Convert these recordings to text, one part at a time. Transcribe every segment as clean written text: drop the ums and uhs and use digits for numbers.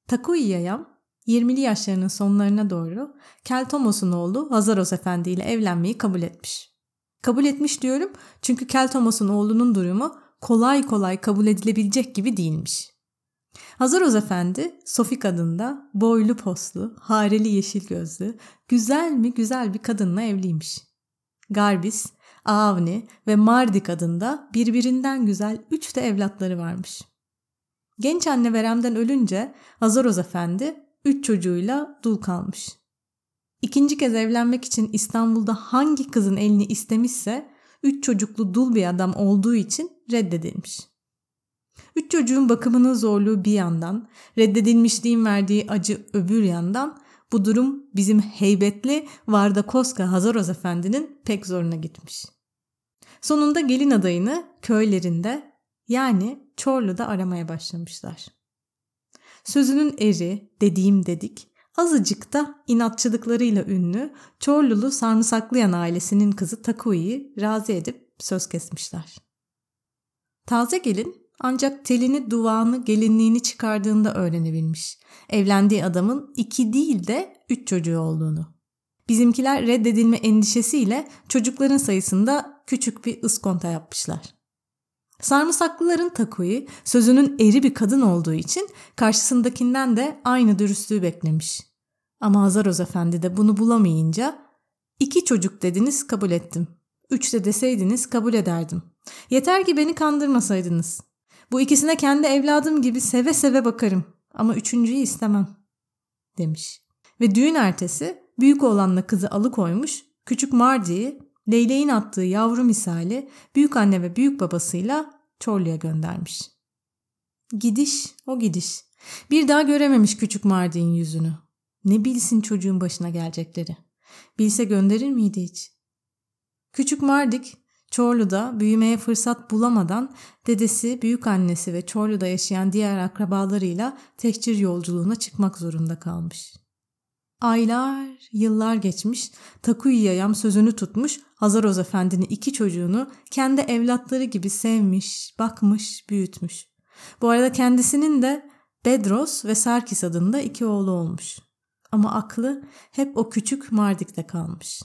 Takui Yayam 20'li yaşlarının sonlarına doğru Kel Tomos'un oğlu Hazaros Efendi ile evlenmeyi kabul etmiş. Kabul etmiş diyorum çünkü Kel Tomos'un oğlunun durumu kolay kolay kabul edilebilecek gibi değilmiş. Hazaros Efendi, Sofik adında boylu poslu, hareli yeşil gözlü, güzel mi güzel bir kadınla evliymiş. Garbis, Avni ve Mardik adında birbirinden güzel 3 de evlatları varmış. Genç anne veremden ölünce Hazaros Efendi 3 çocuğuyla dul kalmış. İkinci kez evlenmek için İstanbul'da hangi kızın elini istemişse 3 çocuklu dul bir adam olduğu için reddedilmiş. 3 çocuğun bakımının zorluğu bir yandan, reddedilmişliğin verdiği acı öbür yandan, bu durum bizim heybetli Vardakoska Hazaros Efendi'nin pek zoruna gitmiş. Sonunda gelin adayını köylerinde yani Çorlu'da aramaya başlamışlar. Sözünün eri, dediğim dedik, azıcık da inatçılıklarıyla ünlü Çorlulu Sarımsaklayan ailesinin kızı Takui'yi razı edip söz kesmişler. Taze gelin ancak telini, duvağını, gelinliğini çıkardığında öğrenebilmiş. Evlendiği adamın 2 değil de 3 çocuğu olduğunu. Bizimkiler reddedilme endişesiyle çocukların sayısında küçük bir ıskonta yapmışlar. Sarımsaklıların Takui sözünün eri bir kadın olduğu için karşısındakinden de aynı dürüstlüğü beklemiş. Ama Hazaros Efendi de bunu bulamayınca 2 çocuk dediniz kabul ettim. 3 de deseydiniz kabul ederdim. Yeter ki beni kandırmasaydınız. Bu ikisine kendi evladım gibi seve seve bakarım ama 3.'yü istemem demiş. Ve düğün ertesi büyük oğlanla kızı alıkoymuş, küçük Mardi'yi leyleğin attığı yavru misali büyük anne ve büyük babasıyla Çorlu'ya göndermiş. Gidiş o gidiş. Bir daha görememiş küçük Mardi'nin yüzünü. Ne bilsin çocuğun başına gelecekleri. Bilse gönderir miydi hiç? Küçük Mardik Çorlu'da büyümeye fırsat bulamadan dedesi, büyükannesi ve Çorlu'da yaşayan diğer akrabalarıyla tehcir yolculuğuna çıkmak zorunda kalmış. Aylar, yıllar geçmiş, Takui Yayam sözünü tutmuş, Hazaros Efendi'nin 2 çocuğunu kendi evlatları gibi sevmiş, bakmış, büyütmüş. Bu arada kendisinin de Bedros ve Sarkis adında 2 oğlu olmuş. Ama aklı hep o küçük Mardik'te kalmış.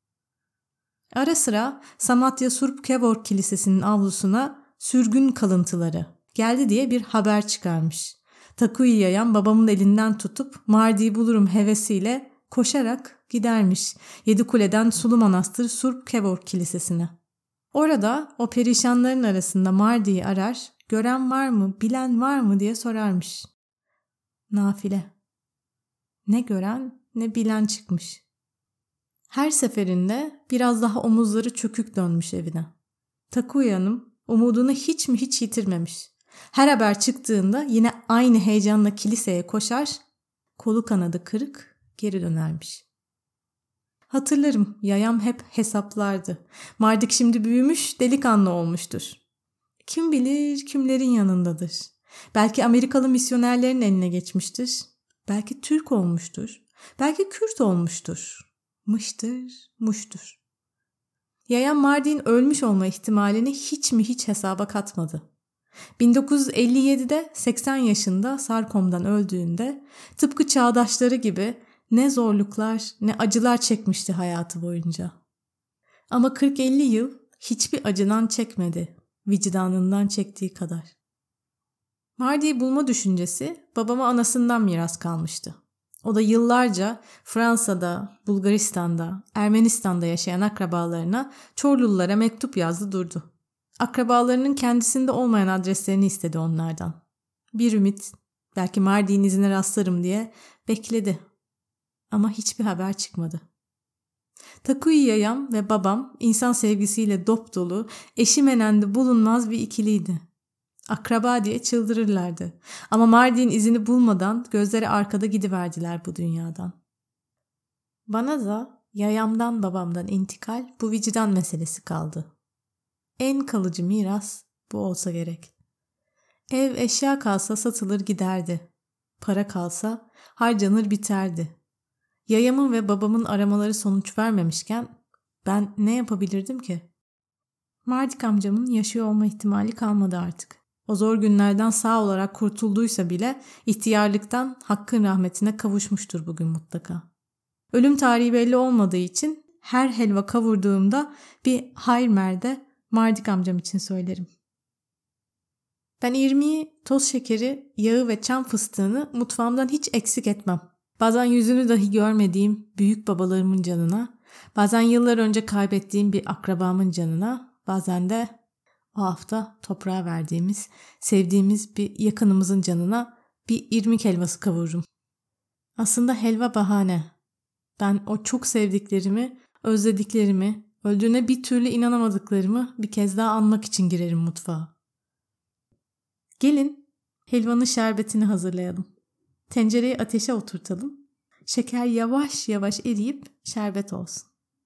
Ara sıra Samatya Surp Kevork Kilisesi'nin avlusuna sürgün kalıntıları geldi diye bir haber çıkarmış. Takui Yayam babamın elinden tutup Mardi'yi bulurum hevesiyle koşarak gidermiş Yedikule'den Sulu Manastır Surp Kevork Kilisesi'ne. Orada o perişanların arasında Mardi'yi arar, gören var mı, bilen var mı diye sorarmış. Nafile. Ne gören ne bilen çıkmış. Her seferinde biraz daha omuzları çökük dönmüş evine. Takui Hanım umudunu hiç mi hiç yitirmemiş. Her haber çıktığında yine aynı heyecanla kiliseye koşar, kolu kanadı kırık geri dönermiş. Hatırlarım, Yayam hep hesaplardı. Mardik şimdi büyümüş, delikanlı olmuştur. Kim bilir kimlerin yanındadır. Belki Amerikalı misyonerlerin eline geçmiştir. Belki Türk olmuştur. Belki Kürt olmuştur. Muştur. Yayam Mardik'in ölmüş olma ihtimalini hiç mi hiç hesaba katmadı. 1957'de 80 yaşında sarkomdan öldüğünde tıpkı çağdaşları gibi ne zorluklar ne acılar çekmişti hayatı boyunca. Ama 40-50 yıl hiçbir acıdan çekmedi, vicdanından çektiği kadar. Mardik'i bulma düşüncesi babama anasından miras kalmıştı. O da yıllarca Fransa'da, Bulgaristan'da, Ermenistan'da yaşayan akrabalarına, Çorlulara mektup yazdı durdu. Akrabalarının kendisinde olmayan adreslerini istedi onlardan. Bir ümit, belki Mardik'in izine rastlarım diye bekledi. Ama hiçbir haber çıkmadı. Takui Yayam ve babam insan sevgisiyle dop dolu, eşimenendi bulunmaz bir ikiliydi. Akraba diye çıldırırlardı. Ama Mardik'in izini bulmadan gözleri arkada gidiverdiler bu dünyadan. Bana da Yayam'dan babamdan intikal bu vicdan meselesi kaldı. En kalıcı miras bu olsa gerek. Ev eşya kalsa satılır giderdi. Para kalsa harcanır biterdi. Yayamın ve babamın aramaları sonuç vermemişken ben ne yapabilirdim ki? Mardik amcamın yaşıyor olma ihtimali kalmadı artık. O zor günlerden sağ olarak kurtulduysa bile ihtiyarlıktan Hakk'ın rahmetine kavuşmuştur bugün mutlaka. Ölüm tarihi belli olmadığı için her helva kavurduğumda bir hayır merde Mardik amcam için söylerim. Ben irmiği, toz şekeri, yağı ve çam fıstığını mutfağımdan hiç eksik etmem. Bazen yüzünü dahi görmediğim büyük babalarımın canına, bazen yıllar önce kaybettiğim bir akrabamın canına, bazen de o hafta toprağa verdiğimiz, sevdiğimiz bir yakınımızın canına bir irmik helvası kavururum. Aslında helva bahane. Ben o çok sevdiklerimi, özlediklerimi, öldüğüne bir türlü inanamadıklarımı bir kez daha anmak için girerim mutfağa. Gelin helvanın şerbetini hazırlayalım. Tencereyi ateşe oturtalım. Şeker yavaş yavaş eriyip şerbet olsun.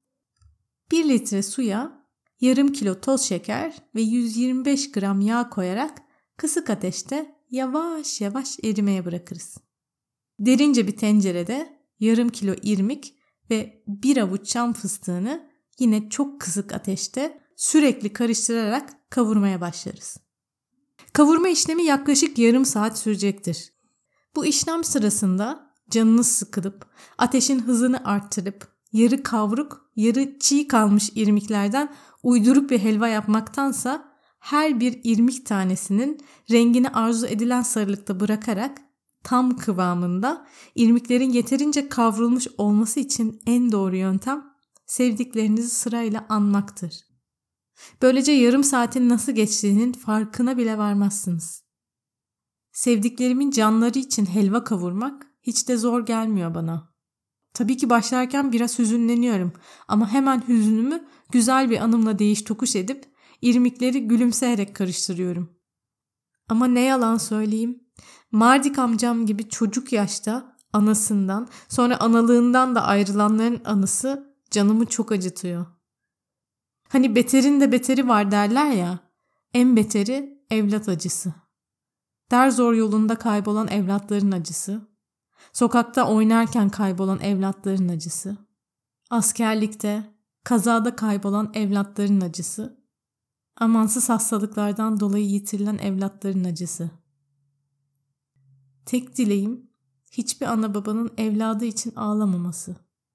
1 litre suya yarım kilo toz şeker ve 125 gram yağ koyarak kısık ateşte yavaş yavaş erimeye bırakırız. Derince bir tencerede yarım kilo irmik ve bir avuç çam fıstığını yine çok kısık ateşte sürekli karıştırarak kavurmaya başlarız. Kavurma işlemi yaklaşık yarım saat sürecektir. Bu işlem sırasında canınız sıkılıp ateşin hızını arttırıp yarı kavruk, yarı çiğ kalmış irmiklerden uyduruk bir helva yapmaktansa her bir irmik tanesinin rengini arzu edilen sarılıkta bırakarak tam kıvamında irmiklerin yeterince kavrulmuş olması için en doğru yöntem sevdiklerinizi sırayla anmaktır. Böylece yarım saatin nasıl geçtiğinin farkına bile varmazsınız. Sevdiklerimin canları için helva kavurmak hiç de zor gelmiyor bana. Tabii ki başlarken biraz hüzünleniyorum ama hemen hüznümü güzel bir anımla değiş tokuş edip irmikleri gülümseyerek karıştırıyorum. Ama ne yalan söyleyeyim, Mardik amcam gibi çocuk yaşta anasından sonra analığından da ayrılanların anısı canımı çok acıtıyor. Hani beterin de beteri var derler ya, en beteri evlat acısı. Der zor yolunda kaybolan evlatların acısı, sokakta oynarken kaybolan evlatların acısı, askerlikte, kazada kaybolan evlatların acısı, amansız hastalıklardan dolayı yitirilen evlatların acısı. Tek dileğim hiçbir ana babanın evladı için ağlamaması.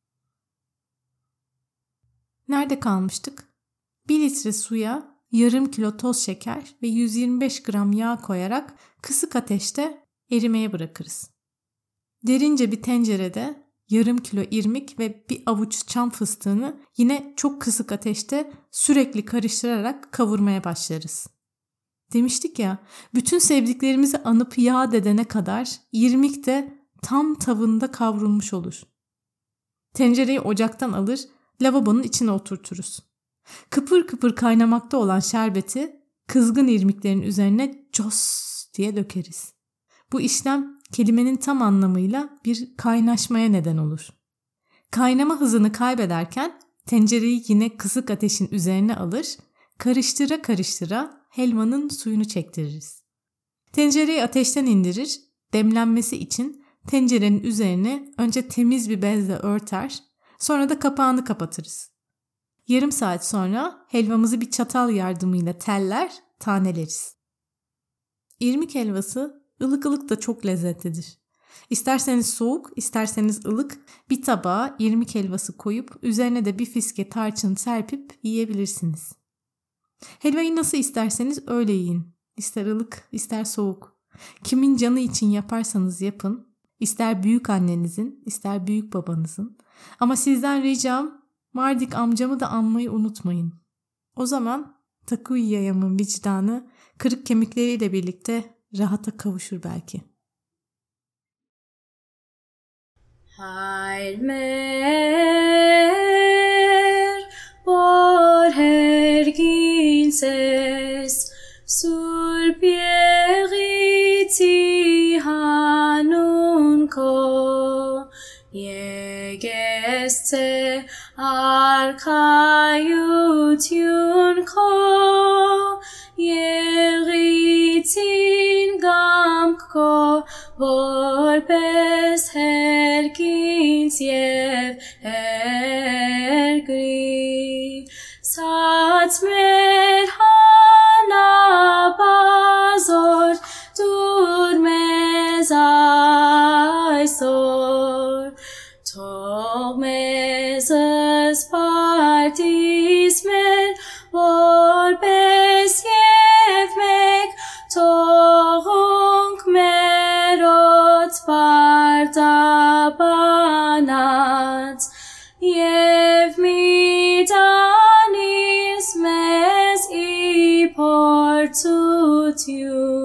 Nerede kalmıştık? 1 litre suya yarım kilo toz şeker ve 125 gram yağ koyarak kısık ateşte erimeye bırakırız. Derince bir tencerede yarım kilo irmik ve bir avuç çam fıstığını yine çok kısık ateşte sürekli karıştırarak kavurmaya başlarız. Demiştik ya, bütün sevdiklerimizi anıp yağ dedene kadar irmik de tam tavında kavrulmuş olur. Tencereyi ocaktan alır, lavabonun içine oturturuz. Kıpır kıpır kaynamakta olan şerbeti kızgın irmiklerin üzerine cos diye dökeriz. Bu işlem kelimenin tam anlamıyla bir kaynaşmaya neden olur. Kaynama hızını kaybederken tencereyi yine kısık ateşin üzerine alır, karıştıra karıştıra helvanın suyunu çektiririz. Tencereyi ateşten indirir, demlenmesi için tencerenin üzerine önce temiz bir bezle örter, sonra da kapağını kapatırız. Yarım saat sonra helvamızı bir çatal yardımıyla teller, taneleriz. İrmik helvası ılık ılık da çok lezzetlidir. İsterseniz soğuk, isterseniz ılık bir tabağa irmik helvası koyup üzerine de bir fiske tarçın serpip yiyebilirsiniz. Helvayı nasıl isterseniz öyle yiyin. İster ılık, ister soğuk. Kimin canı için yaparsanız yapın. İster büyük annenizin, ister büyük babanızın. Ama sizden ricam Mardik amcamı da anmayı unutmayın. O zaman Takuyaya'mın vicdanı kırık kemikleriyle birlikte rahata kavuşur belki. Hayr mer var her ginses sur pieriti hanun ko yegeste arkayutyun ko yeritin gamk ko Vorpes herkins jev ergri Sat mer hana bazor mes aesor, toc meses partis men vorbes jevmec, toc merot parta banat, jevmi danis mes portutium.